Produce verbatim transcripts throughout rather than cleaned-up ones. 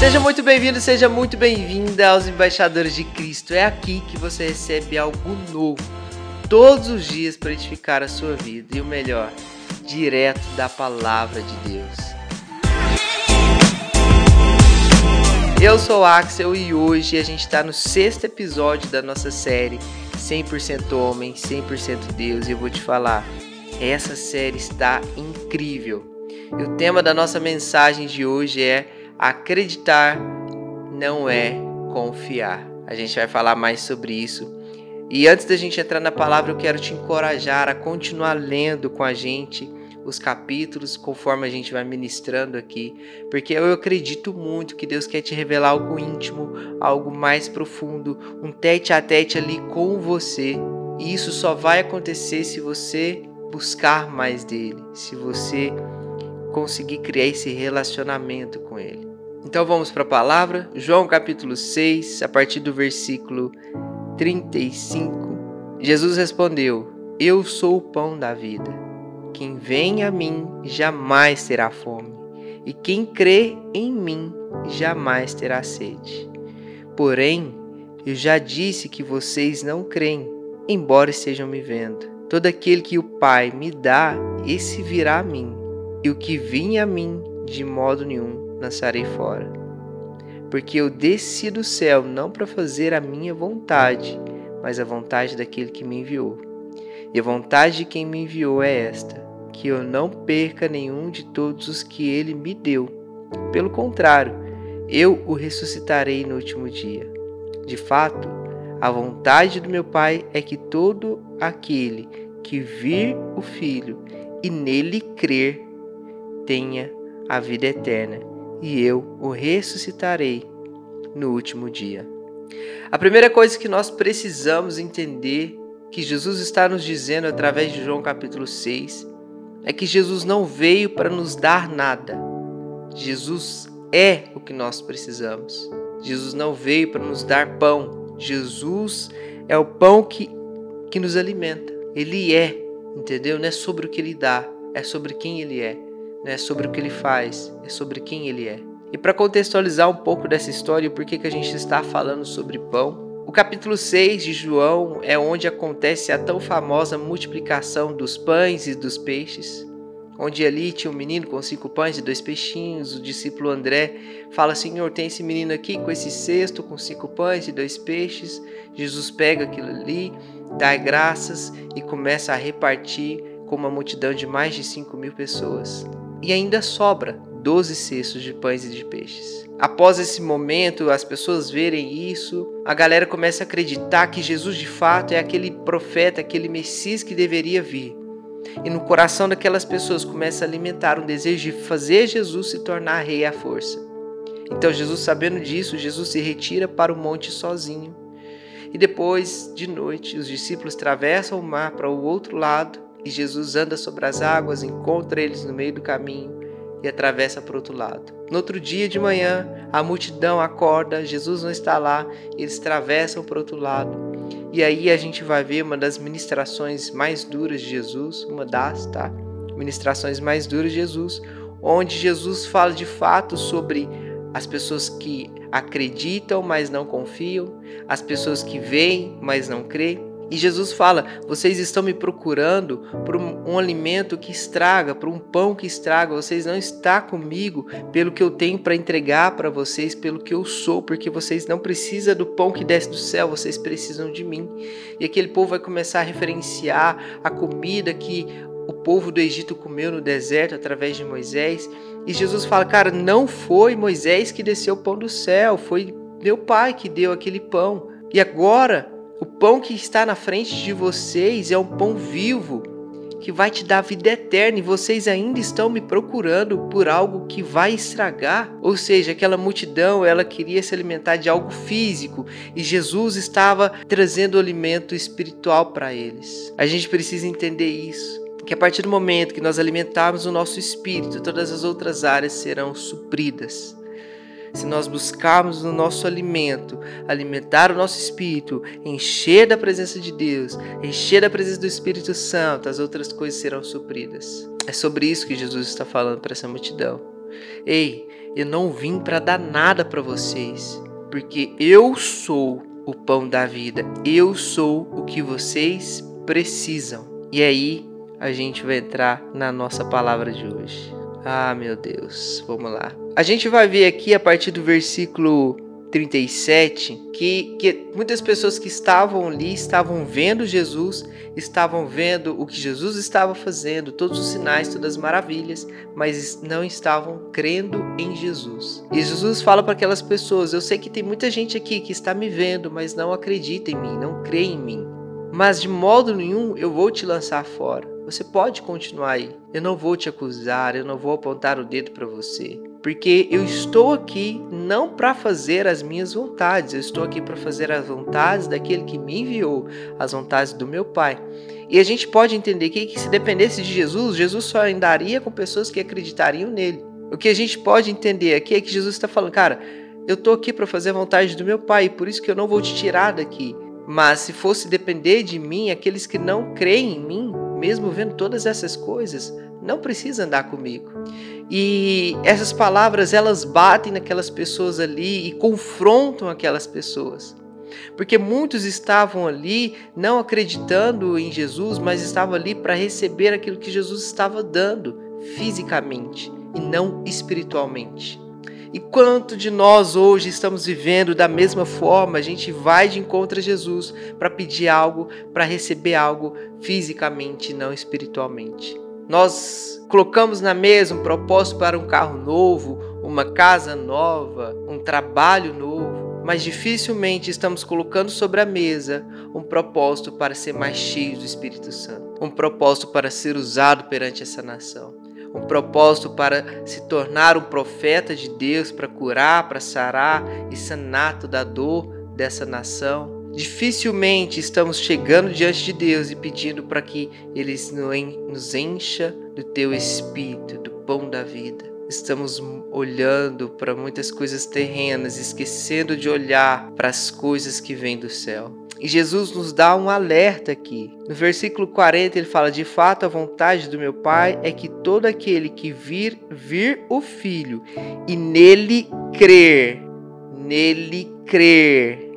Seja muito bem-vindo, seja muito bem-vinda aos Embaixadores de Cristo. É aqui que você recebe algo novo, todos os dias para edificar a sua vida. E o melhor, direto da Palavra de Deus. Eu sou o Axel e hoje a gente está no sexto episódio da nossa série cem por cento Homem, cem por cento Deus. E eu vou te falar, essa série está incrível. E o tema da nossa mensagem de hoje é: acreditar não é confiar. A gente vai falar mais sobre isso. E antes da gente entrar na palavra, eu quero te encorajar a continuar lendo com a gente os capítulos conforme a gente vai ministrando aqui, porque eu acredito muito que Deus quer te revelar algo íntimo, algo mais profundo, um tete a tete ali com você. E isso só vai acontecer se você buscar mais dele, se você conseguir criar esse relacionamento com ele. Então vamos para a palavra, João capítulo seis, a partir do versículo trinta e cinco. Jesus respondeu: Eu sou o pão da vida. Quem vem a mim jamais terá fome, e quem crê em mim jamais terá sede. Porém, eu já disse que vocês não creem, embora estejam me vendo. Todo aquele que o Pai me dá, esse virá a mim, e o que vem a mim, de modo nenhum lançarei fora. Porque eu desci do céu não para fazer a minha vontade, mas a vontade daquele que me enviou. E a vontade de quem me enviou é esta: que eu não perca nenhum de todos os que ele me deu. Pelo contrário, eu o ressuscitarei no último dia. De fato, a vontade do meu Pai é que todo aquele que vir o Filho e nele crer tenha a vida eterna, e eu o ressuscitarei no último dia. A primeira coisa que nós precisamos entender, que Jesus está nos dizendo através de João capítulo seis, é que Jesus não veio para nos dar nada. Jesus é o que nós precisamos. Jesus não veio para nos dar pão. Jesus é o pão que, que nos alimenta. Ele é, entendeu? Não é sobre o que ele dá, é sobre quem ele é. Não é sobre o que ele faz, é sobre quem ele é. E para contextualizar um pouco dessa história e por que que a gente está falando sobre pão, o capítulo seis de João é onde acontece a tão famosa multiplicação dos pães e dos peixes, onde ali tinha um menino com cinco pães e dois peixinhos. O discípulo André fala: Senhor, tem esse menino aqui com esse cesto com cinco pães e dois peixes. Jesus pega aquilo ali, dá graças e começa a repartir com uma multidão de mais de cinco mil pessoas. E ainda sobra doze cestos de pães e de peixes. Após esse momento, as pessoas verem isso, a galera começa a acreditar que Jesus de fato é aquele profeta, aquele Messias que deveria vir. E no coração daquelas pessoas começa a alimentar um desejo de fazer Jesus se tornar rei à força. Então Jesus, sabendo disso, Jesus se retira para o monte sozinho. E depois, de noite, os discípulos atravessam o mar para o outro lado, e Jesus anda sobre as águas, encontra eles no meio do caminho e atravessa para o outro lado. No outro dia de manhã, a multidão acorda, Jesus não está lá, eles atravessam para o outro lado. E aí a gente vai ver uma das ministrações mais duras de Jesus, uma das, tá? Ministrações mais duras de Jesus, onde Jesus fala de fato sobre as pessoas que acreditam, mas não confiam, as pessoas que veem, mas não creem. E Jesus fala: vocês estão me procurando por um, um alimento que estraga, por um pão que estraga. Vocês não estão comigo pelo que eu tenho para entregar para vocês, pelo que eu sou, porque vocês não precisam do pão que desce do céu, vocês precisam de mim. E aquele povo vai começar a referenciar a comida que o povo do Egito comeu no deserto através de Moisés. E Jesus fala: cara, não foi Moisés que desceu o pão do céu, foi meu Pai que deu aquele pão. E agora o pão que está na frente de vocês é um pão vivo, que vai te dar vida eterna, e vocês ainda estão me procurando por algo que vai estragar. Ou seja, aquela multidão, ela queria se alimentar de algo físico, e Jesus estava trazendo alimento espiritual para eles. A gente precisa entender isso, que a partir do momento que nós alimentarmos o nosso espírito, todas as outras áreas serão supridas. Se nós buscarmos no nosso alimento, alimentar o nosso espírito, encher da presença de Deus, encher da presença do Espírito Santo, as outras coisas serão supridas. É sobre isso que Jesus está falando para essa multidão. ei, eu não vim para dar nada para vocês, porque eu sou o pão da vida, eu sou o que vocês precisam. E aí a gente vai entrar na nossa palavra de hoje. Ah, meu Deus, vamos lá. A gente vai ver aqui a partir do versículo trinta e sete que, que muitas pessoas que estavam ali estavam vendo Jesus, estavam vendo o que Jesus estava fazendo, todos os sinais, todas as maravilhas, mas não estavam crendo em Jesus. E Jesus fala para aquelas pessoas: eu sei que tem muita gente aqui que está me vendo, mas não acredita em mim, não crê em mim. Mas de modo nenhum eu vou te lançar fora. Você pode continuar aí. Eu não vou te acusar, eu não vou apontar o dedo para você. Porque eu estou aqui não para fazer as minhas vontades, eu estou aqui para fazer as vontades daquele que me enviou, as vontades do meu Pai. E a gente pode entender aqui que se dependesse de Jesus, Jesus só andaria com pessoas que acreditariam nele. O que a gente pode entender aqui é que Jesus está falando: cara, eu estou aqui para fazer a vontade do meu Pai, por isso que eu não vou te tirar daqui. Mas se fosse depender de mim, aqueles que não creem em mim, mesmo vendo todas essas coisas, não precisam andar comigo. E essas palavras, elas batem naquelas pessoas ali e confrontam aquelas pessoas. Porque muitos estavam ali não acreditando em Jesus, mas estavam ali para receber aquilo que Jesus estava dando fisicamente e não espiritualmente. E quanto de nós hoje estamos vivendo da mesma forma? A gente vai de encontro a Jesus para pedir algo, para receber algo fisicamente e não espiritualmente. Nós colocamos na mesa um propósito para um carro novo, uma casa nova, um trabalho novo, mas dificilmente estamos colocando sobre a mesa um propósito para ser mais cheio do Espírito Santo, um propósito para ser usado perante essa nação, um propósito para se tornar um profeta de Deus, para curar, para sarar e sanar toda a dor dessa nação. Dificilmente estamos chegando diante de Deus e pedindo para que Ele nos encha do Teu Espírito, do pão da vida. Estamos olhando para muitas coisas terrenas, esquecendo de olhar para as coisas que vêm do céu. E Jesus nos dá um alerta aqui. No versículo quarenta ele fala: de fato a vontade do meu Pai é que todo aquele que vir, vir o Filho e nele crer, nele crer,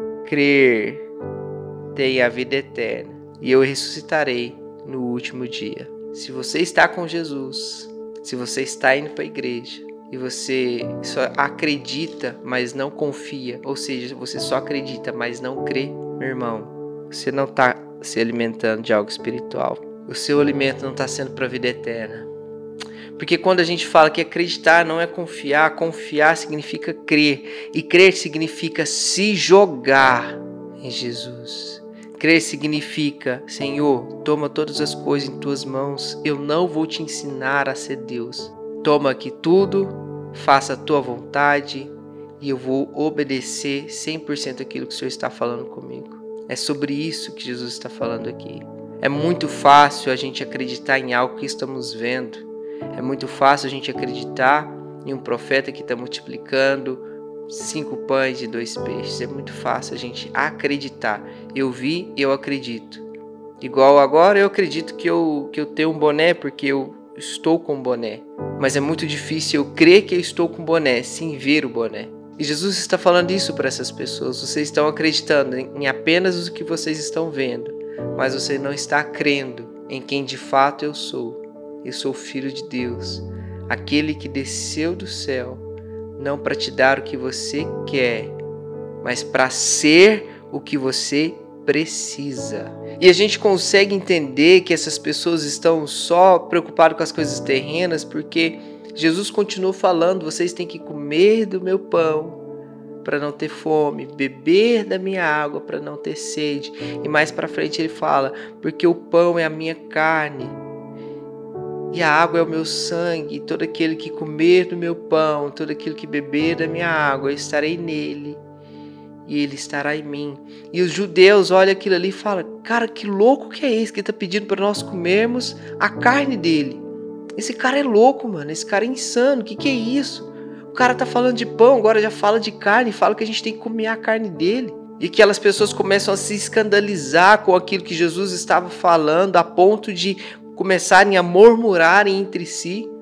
crer, tenha a vida eterna, e eu ressuscitarei no último dia. Se você está com Jesus, se você está indo para a igreja e você só acredita, mas não confia, ou seja, você só acredita, mas não crê, meu irmão, você não está se alimentando de algo espiritual. O seu alimento não está sendo para a vida eterna. Porque quando a gente fala que acreditar não é confiar, confiar significa crer. E crer significa se jogar em Jesus. Crer significa: Senhor, toma todas as coisas em tuas mãos. Eu não vou te ensinar a ser Deus. Toma aqui tudo, faça a tua vontade e eu vou obedecer cem por cento aquilo que o Senhor está falando comigo. É sobre isso que Jesus está falando aqui. É muito fácil a gente acreditar em algo que estamos vendo. É muito fácil a gente acreditar em um profeta que está multiplicando cinco pães e dois peixes. É muito fácil a gente acreditar. Eu vi, eu acredito. Igual agora eu acredito que eu, que eu tenho um boné porque eu estou com um boné. Mas é muito difícil eu crer que eu estou com um boné sem ver o boné. E Jesus está falando isso para essas pessoas. Vocês estão acreditando em apenas o que vocês estão vendo, mas você não está crendo em quem de fato eu sou. Eu sou filho de Deus, aquele que desceu do céu, não para te dar o que você quer, mas para ser o que você precisa. E a gente consegue entender que essas pessoas estão só preocupadas com as coisas terrenas, porque Jesus continuou falando: vocês têm que comer do meu pão para não ter fome, beber da minha água para não ter sede. E mais para frente ele fala: porque o pão é a minha carne e a água é o meu sangue. Todo aquele que comer do meu pão, todo aquele que beber da minha água, eu estarei nele e ele estará em mim. E os judeus olham aquilo ali e falam: cara, que louco que é esse que está pedindo para nós comermos a carne dele? Esse cara é louco, mano. Esse cara é insano. O que, que é isso? O cara tá falando de pão, agora já fala de carne. Fala que a gente tem que comer a carne dele. E aquelas pessoas começam a se escandalizar com aquilo que Jesus estava falando, a ponto de começarem a murmurarem entre si.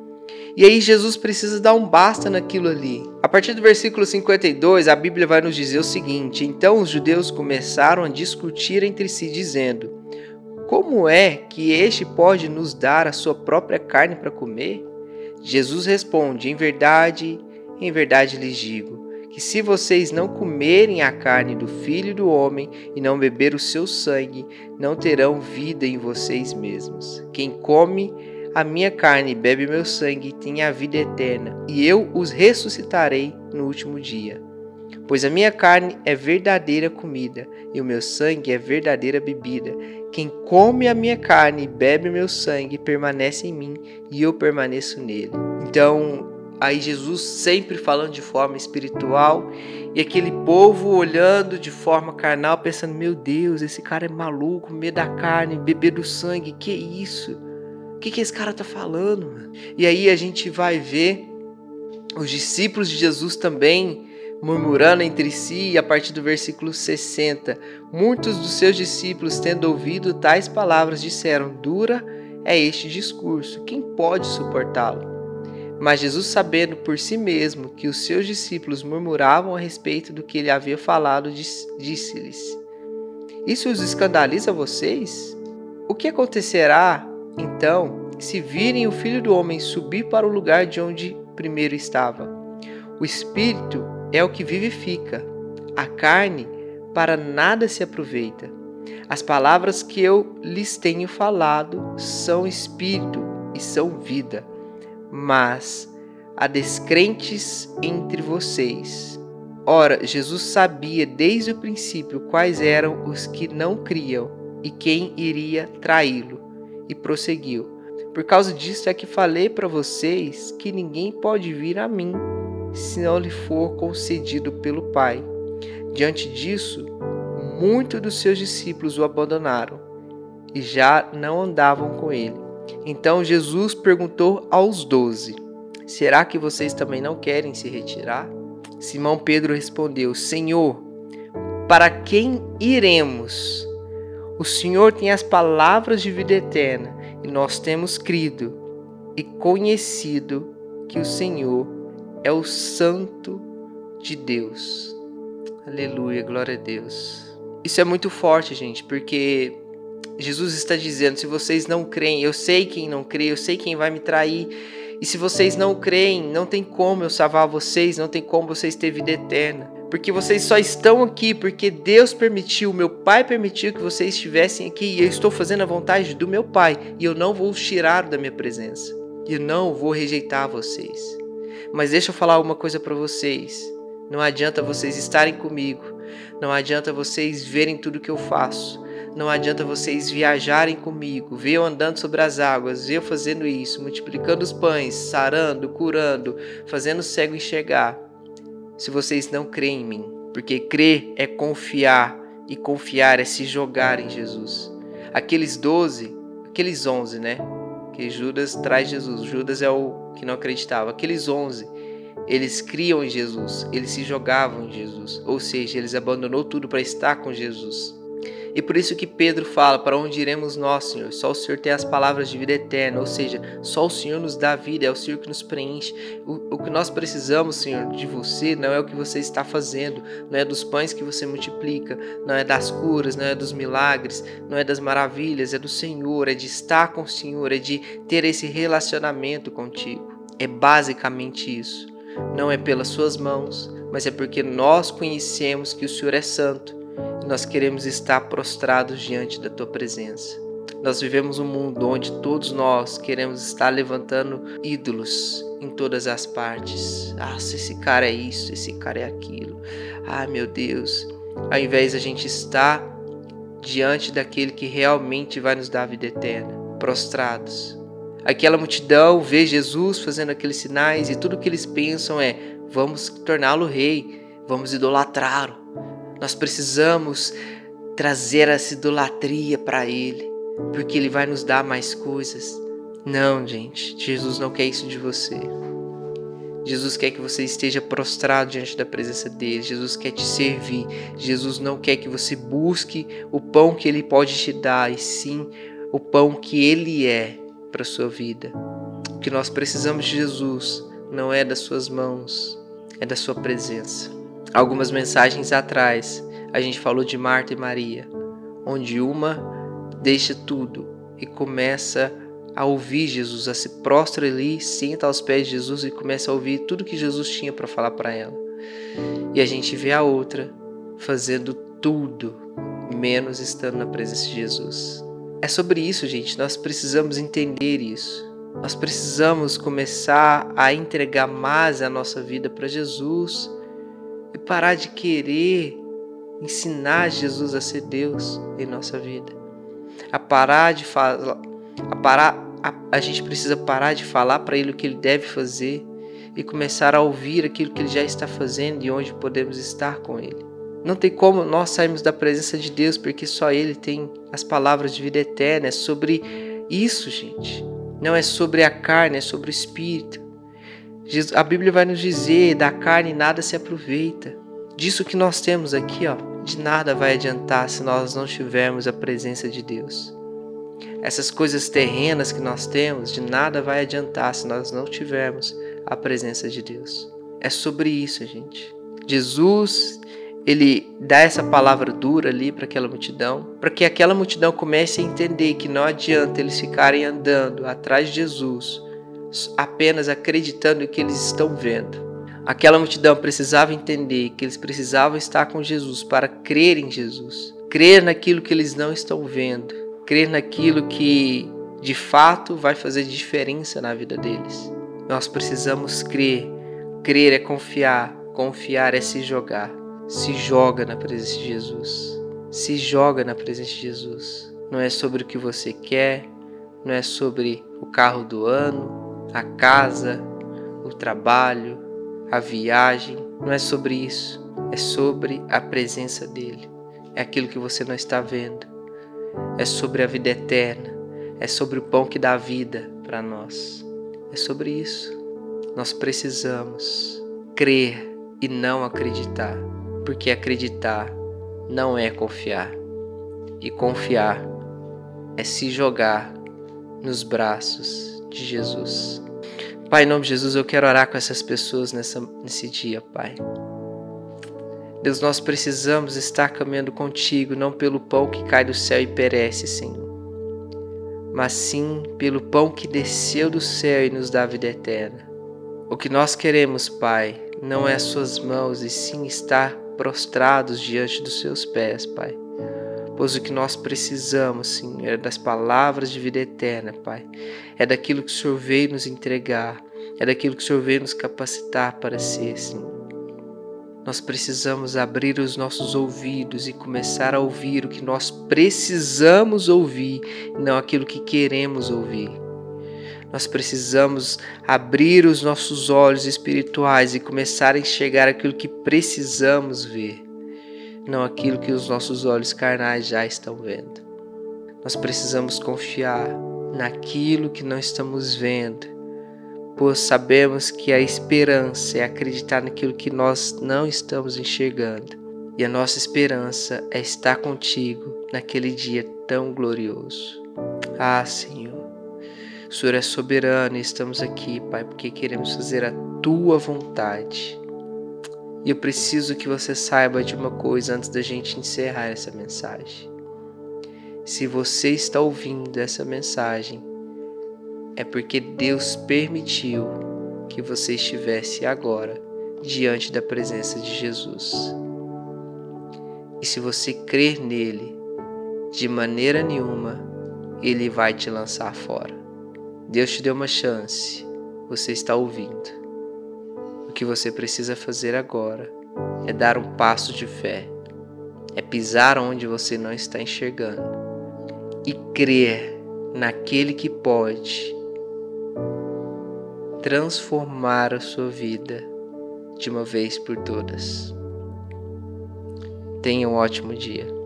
E aí Jesus precisa dar um basta naquilo ali. A partir do versículo cinquenta e dois, a Bíblia vai nos dizer o seguinte: então os judeus começaram a discutir entre si, dizendo: como é que este pode nos dar a sua própria carne para comer? Jesus responde: em verdade, em verdade lhes digo, que se vocês não comerem a carne do Filho do Homem e não beber o seu sangue, não terão vida em vocês mesmos. Quem come a minha carne e bebe meu sangue tem a vida eterna, e eu os ressuscitarei no último dia. Pois a minha carne é verdadeira comida, e o meu sangue é verdadeira bebida. Quem come a minha carne e bebe meu sangue permanece em mim, e eu permaneço nele. Então, aí Jesus sempre falando de forma espiritual, e aquele povo olhando de forma carnal, pensando: meu Deus, esse cara é maluco, comer da carne, beber do sangue, que isso? O que, que esse cara tá falando, mano? E aí a gente vai ver os discípulos de Jesus também murmurando entre si, e a partir do versículo sessenta, muitos dos seus discípulos, tendo ouvido tais palavras, disseram: dura é este discurso, quem pode suportá-lo? Mas Jesus, sabendo por si mesmo que os seus discípulos murmuravam a respeito do que ele havia falado, disse-lhes: isso os escandaliza vocês? O que acontecerá então se virem o Filho do Homem subir para o lugar de onde primeiro estava? O Espírito é o que vivifica, a carne para nada se aproveita. As palavras que eu lhes tenho falado são espírito e são vida, mas há descrentes entre vocês. Ora, Jesus sabia desde o princípio quais eram os que não criam e quem iria traí-lo, e prosseguiu: por causa disso é que falei para vocês que ninguém pode vir a mim se não lhe for concedido pelo Pai. Diante disso, muitos dos seus discípulos o abandonaram e já não andavam com ele. Então Jesus perguntou aos doze: será que vocês também não querem se retirar? Simão Pedro respondeu: Senhor, para quem iremos? O Senhor tem as palavras de vida eterna, e nós temos crido e conhecido que o Senhor é o Santo de Deus. Aleluia, glória a Deus. Isso é muito forte, gente, porque Jesus está dizendo: se vocês não creem, eu sei quem não crê, eu sei quem vai me trair. E se vocês não creem, não tem como eu salvar vocês, não tem como vocês ter vida eterna. Porque vocês só estão aqui porque Deus permitiu, meu Pai permitiu que vocês estivessem aqui. E eu estou fazendo a vontade do meu Pai. E eu não vou os tirar da minha presença. E eu não vou rejeitar vocês. Mas deixa eu falar uma coisa para vocês. Não adianta vocês estarem comigo. Não adianta vocês verem tudo que eu faço. Não adianta vocês viajarem comigo, ver eu andando sobre as águas, ver eu fazendo isso, multiplicando os pães, sarando, curando, fazendo o cego enxergar, se vocês não creem em mim. Porque crer é confiar, e confiar é se jogar em Jesus. Aqueles doze, aqueles onze, né? Que Judas traz Jesus. Judas é o que não acreditava. Aqueles onze, eles criam em Jesus, eles se jogavam em Jesus. Ou seja, eles abandonou tudo para estar com Jesus. E por isso que Pedro fala: para onde iremos nós, Senhor? Só o Senhor tem as palavras de vida eterna, ou seja, só o Senhor nos dá vida, é o Senhor que nos preenche. O, o que nós precisamos, Senhor, de você, não é o que você está fazendo, não é dos pães que você multiplica, não é das curas, não é dos milagres, não é das maravilhas, é do Senhor, é de estar com o Senhor, é de ter esse relacionamento contigo. É basicamente isso. Não é pelas suas mãos, mas é porque nós conhecemos que o Senhor é santo. Nós queremos estar prostrados diante da Tua presença. Nós vivemos um mundo onde todos nós queremos estar levantando ídolos em todas as partes. Ah, esse cara é isso, esse cara é aquilo. Ah, meu Deus. Ao invés de a gente estar diante daquele que realmente vai nos dar a vida eterna, prostrados. Aquela multidão vê Jesus fazendo aqueles sinais e tudo que eles pensam é: vamos torná-lo rei, vamos idolatrá-lo. Nós precisamos trazer essa idolatria para Ele, porque Ele vai nos dar mais coisas. Não, gente, Jesus não quer isso de você. Jesus quer que você esteja prostrado diante da presença dEle. Jesus quer te servir. Jesus não quer que você busque o pão que Ele pode te dar, e sim o pão que Ele é para a sua vida. O que nós precisamos de Jesus não é das suas mãos, é da sua presença. Algumas mensagens atrás, a gente falou de Marta e Maria, onde uma deixa tudo e começa a ouvir Jesus, a se prostra ali, senta aos pés de Jesus e começa a ouvir tudo que Jesus tinha para falar para ela. E a gente vê a outra fazendo tudo, menos estando na presença de Jesus. É sobre isso, gente, nós precisamos entender isso. Nós precisamos começar a entregar mais a nossa vida para Jesus e parar de querer ensinar Jesus a ser Deus em nossa vida. A parar de falar, a parar, a, a gente precisa parar de falar para Ele o que Ele deve fazer e começar a ouvir aquilo que Ele já está fazendo e onde podemos estar com Ele. Não tem como nós sairmos da presença de Deus, porque só Ele tem as palavras de vida eterna. É sobre isso, gente. Não é sobre a carne, é sobre o Espírito. A Bíblia vai nos dizer, da carne nada se aproveita. Disso que nós temos aqui, ó, de nada vai adiantar se nós não tivermos a presença de Deus. Essas coisas terrenas que nós temos, de nada vai adiantar se nós não tivermos a presença de Deus. É sobre isso, gente. Jesus, Ele dá essa palavra dura ali para aquela multidão, para que aquela multidão comece a entender que não adianta eles ficarem andando atrás de Jesus, apenas acreditando no que eles estão vendo. Aquela multidão precisava entender que eles precisavam estar com Jesus para crer em Jesus, crer naquilo que eles não estão vendo, crer naquilo que de fato vai fazer diferença na vida deles. Nós precisamos crer. Crer é confiar, confiar é se jogar. Se joga na presença de Jesus. Se joga na presença de Jesus. Não é sobre o que você quer, não é sobre o carro do ano, a casa, o trabalho, a viagem. Não é sobre isso. É sobre a presença dele. É aquilo que você não está vendo. É sobre a vida eterna. É sobre o pão que dá vida para nós. É sobre isso. Nós precisamos crer e não acreditar. Porque acreditar não é confiar. E confiar é se jogar nos braços de Jesus. Pai, em nome de Jesus, eu quero orar com essas pessoas nessa, nesse dia, Pai. Deus, nós precisamos estar caminhando contigo, não pelo pão que cai do céu e perece, Senhor, mas sim pelo pão que desceu do céu e nos dá a vida eterna. O que nós queremos, Pai, não é as suas mãos, e sim estar prostrados diante dos seus pés, Pai. Pois o que nós precisamos, Senhor, é das palavras de vida eterna, Pai. É daquilo que o Senhor veio nos entregar, é daquilo que o Senhor veio nos capacitar para ser, Senhor. Nós precisamos abrir os nossos ouvidos e começar a ouvir o que nós precisamos ouvir, e não aquilo que queremos ouvir. Nós precisamos abrir os nossos olhos espirituais e começar a enxergar aquilo que precisamos ver, não aquilo que os nossos olhos carnais já estão vendo. Nós precisamos confiar naquilo que não estamos vendo, pois sabemos que a esperança é acreditar naquilo que nós não estamos enxergando. E a nossa esperança é estar contigo naquele dia tão glorioso. Ah, Senhor, o Senhor é soberano e estamos aqui, Pai, porque queremos fazer a Tua vontade. E eu preciso que você saiba de uma coisa antes da gente encerrar essa mensagem. Se você está ouvindo essa mensagem, é porque Deus permitiu que você estivesse agora diante da presença de Jesus. E se você crer nele, de maneira nenhuma, ele vai te lançar fora. Deus te deu uma chance, você está ouvindo. O que você precisa fazer agora é dar um passo de fé, é pisar onde você não está enxergando e crer naquele que pode transformar a sua vida de uma vez por todas. Tenha um ótimo dia.